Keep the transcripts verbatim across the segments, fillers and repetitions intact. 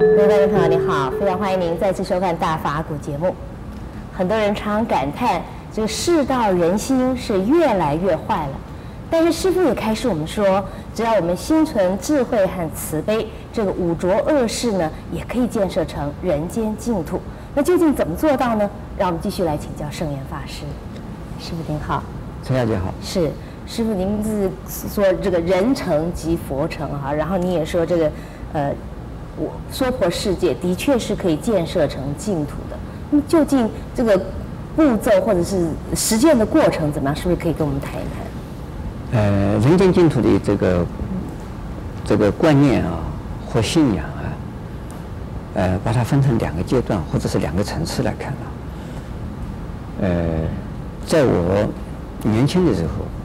各位观众朋友，您好，非常欢迎您再次收看《大法古》节目。很多人常常感叹，这个世道人心是越来越坏了。但是师父也开示我们说，只要我们心存智慧和慈悲，这个五浊恶世呢，也可以建设成人间净土。那究竟怎么做到呢？让我们继续来请教圣严法师。师父您好。 陈小姐好。 是。师父，您是说这个人成即佛成哈，然后你也说这个，呃，我娑婆世界的确是可以建设成净土的。那么究竟这个步骤或者是实践的过程怎么样？是不是可以跟我们谈一谈？ 呃，人间净土的这个这个观念啊或信仰啊，呃，把它分成两个阶段或者是两个层次来看啊。呃，在我年轻的时候。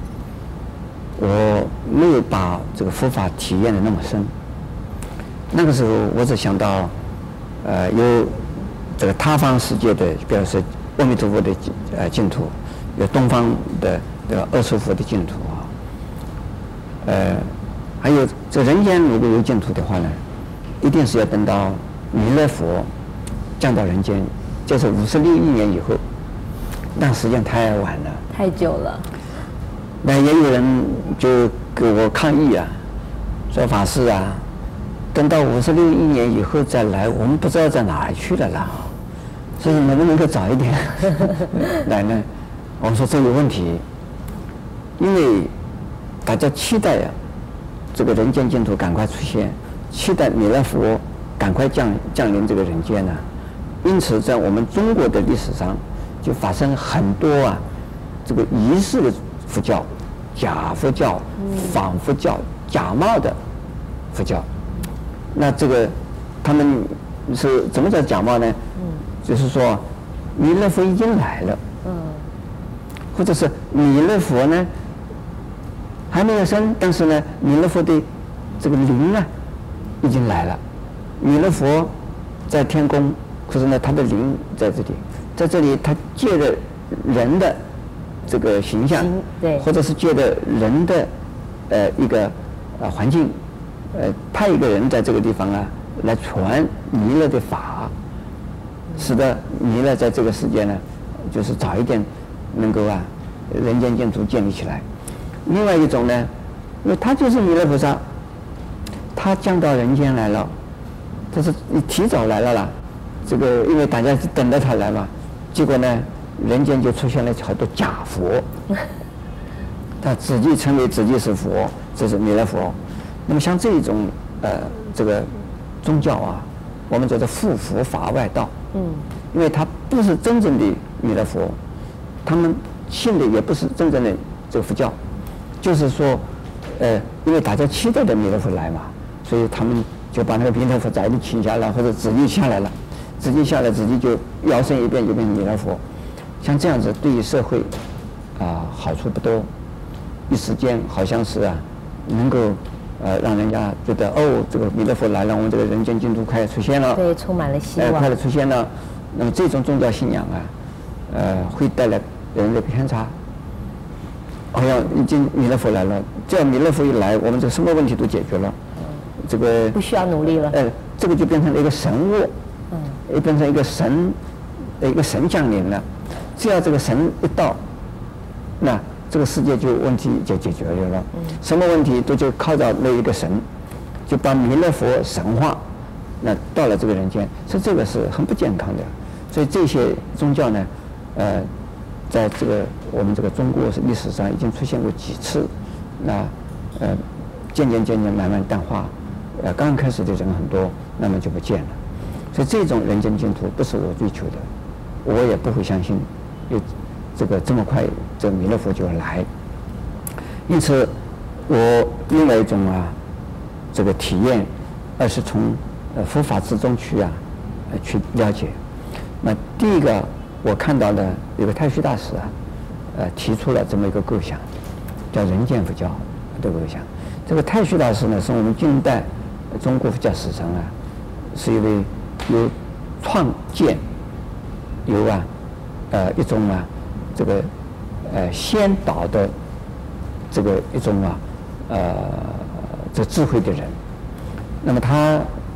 我没有把这个佛法体验的那么深。那个时候，我只想到，呃，有这个他方世界的，比如说阿弥陀佛的呃净土，有东方的这个阿弥陀佛的净土啊。呃，还有这人间如果有净土的话呢，一定是要等到弥勒佛降到人间，就是五十六亿年以后，那时间太晚了， 太久了。 那也有人就给我抗议啊，说法师啊，等到五十六亿年以后再来，我们不知道在哪儿去了啦，所以能不能够早一点来呢？我说这有问题，因为大家期待啊，这个人间净土赶快出现，期待弥勒佛赶快降降临这个人间呢、啊，因此在我们中国的历史上就发生很多啊，这个仪式的佛教。假佛教、仿佛教、假冒的佛教，那这个他们是怎么叫假冒呢？嗯，就是说弥勒佛已经来了，嗯，或者是弥勒佛呢还没有生，但是呢弥勒佛的这个灵啊已经来了。弥勒佛在天宫，可是呢他的灵在这里，在这里他借着人的。这个形象， 对， 或者是借着人的，呃，一个呃环境，呃，派一个人在这个地方啊，来传弥勒的法，使得弥勒在这个世界呢，就是早一点能够啊，人间净土建立起来。另外一种呢，因为他就是弥勒菩萨，他降到人间来了，他是提早来了啦。这个因为大家是等着他来嘛，结果呢。人间就出现了好多假佛，他自己称为自己是佛，这是弥勒佛。那么像这种呃这个宗教啊，我们叫做附佛法外道。嗯，因为他不是真正的弥勒佛，他们信的也不是真正的这个佛教，就是说，呃，因为大家期待的弥勒佛来嘛，所以他们就把那个弥勒佛在里请下来，或者自己下来了，自己下来自己就摇身一变就变成弥勒佛。像这样子对于社会啊好处不多，一时间好像是啊能够呃让人家觉得哦这个弥勒佛来了，我们这个人间净土快要出现了， 对，充满了希望， 呃，快要出现了。那么这种宗教信仰啊，呃会带来人的偏差。好像已经弥勒佛来了，只要弥勒佛一来，我们这个什么问题都解决了，这个不需要努力了。 呃，这个就变成了一个神物，嗯，也变成一个神，一个神降临了。只要这个神一到，那这个世界就问题就解决了。嗯，什么问题都就靠着那一个神，就把弥勒佛神化，那到了这个人间，所以这个是很不健康的。所以这些宗教呢，呃，在这个我们这个中国历史上已经出现过几次，那呃，渐渐渐渐慢慢淡化，呃，刚开始的人很多，慢慢就不见了。所以这种人间净土不是我追求的，我也不会相信。有这个这么快，这弥勒佛就要来。因此，我另外一种啊，这个体验，而是从呃佛法之中去啊，呃去了解。那第一个我看到的有个太虚大师啊，呃提出了这么一个构想，叫人间佛教的构想。这个太虚大师呢，是我们近代中国佛教史上啊，是一位有创建，有啊。呃，一种啊，这个呃先导的这个一种啊，呃，这智慧的人。那么他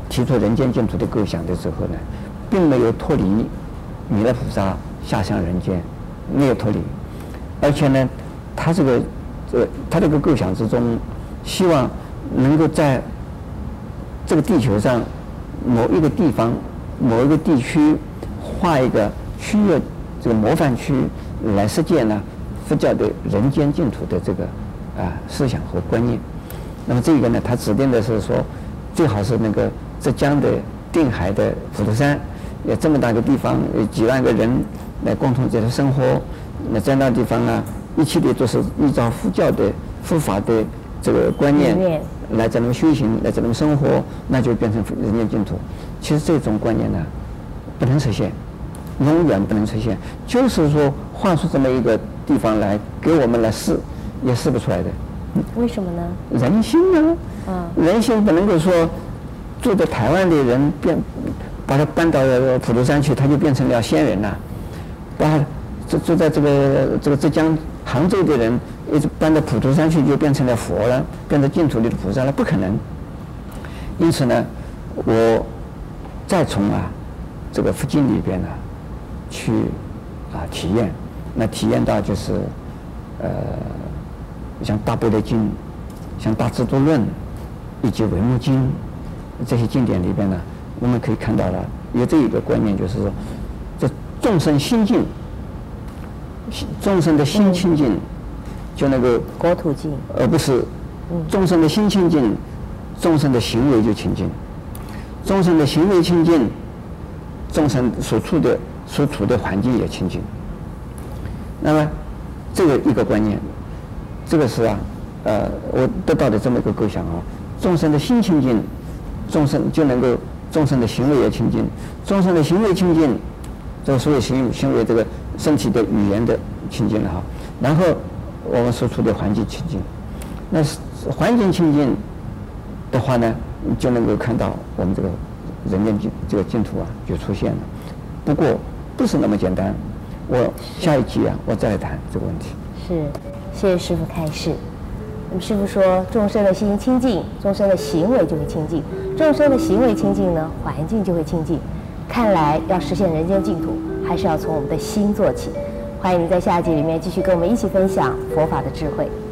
提出人间净土的构想的时候呢，并没有脱离弥勒菩萨下生人间，没有脱离，而且呢，他这个呃他这个构想之中，希望能够在这个地球上某一个地方、某一个地区画一个区域这个模范区，来实践呢佛教的人间净土的这个啊思想和观念。那么这个呢，他指定的是说，最好是那个浙江的定海的普陀山，有这么大个地方，有几万个人来共同在这生活。那在那地方呢，一切的都是依照佛教的佛法的这个观念来在那么修行，来在那么生活，那就变成人间净土。其实这种观念呢，不能实现，永远不能实现。就是说，画出这么一个地方来给我们来试，也试不出来的。 为什么呢？ 人心啊， 嗯， 人心不能够说住在台湾的人变，把他搬到普陀山去，他就变成了仙人了；把住住在这个这个浙江杭州的人，一直搬到普陀山去，就变成了佛了，变成净土里的菩萨了，不可能。因此呢，我再从啊这个佛经里边呢去啊体验，那体验到就是呃。像大般若经、像大智度论以及维摩经这些经典里边呢，我们可以看到了有这一个观念，就是说，这众生心净，众生的心清净，就那个国土净， 而不是众生的心清净，众生的行为就清净，众生的行为清净，众生所处的所处的环境也清净。那么这个一个观念。这个是啊，呃，我得到的这么一个构想啊，众生的心清净，众生就能够众生的行为也清净，众生的行为清净，这个所谓行行为这个身体的语言的清净了哈，然后我们所处的环境清净，那环境清净的话呢，就能够看到我们这个人间净这个净土啊就出现了。不过不是那么简单，我下一集啊我再来谈这个问题。 是。谢谢师父开示。那么师父说，众生的心清净，众生的行为就会清净；众生的行为清净呢，环境就会清净。看来要实现人间净土，还是要从我们的心做起。欢迎您在下一集里面继续跟我们一起分享佛法的智慧。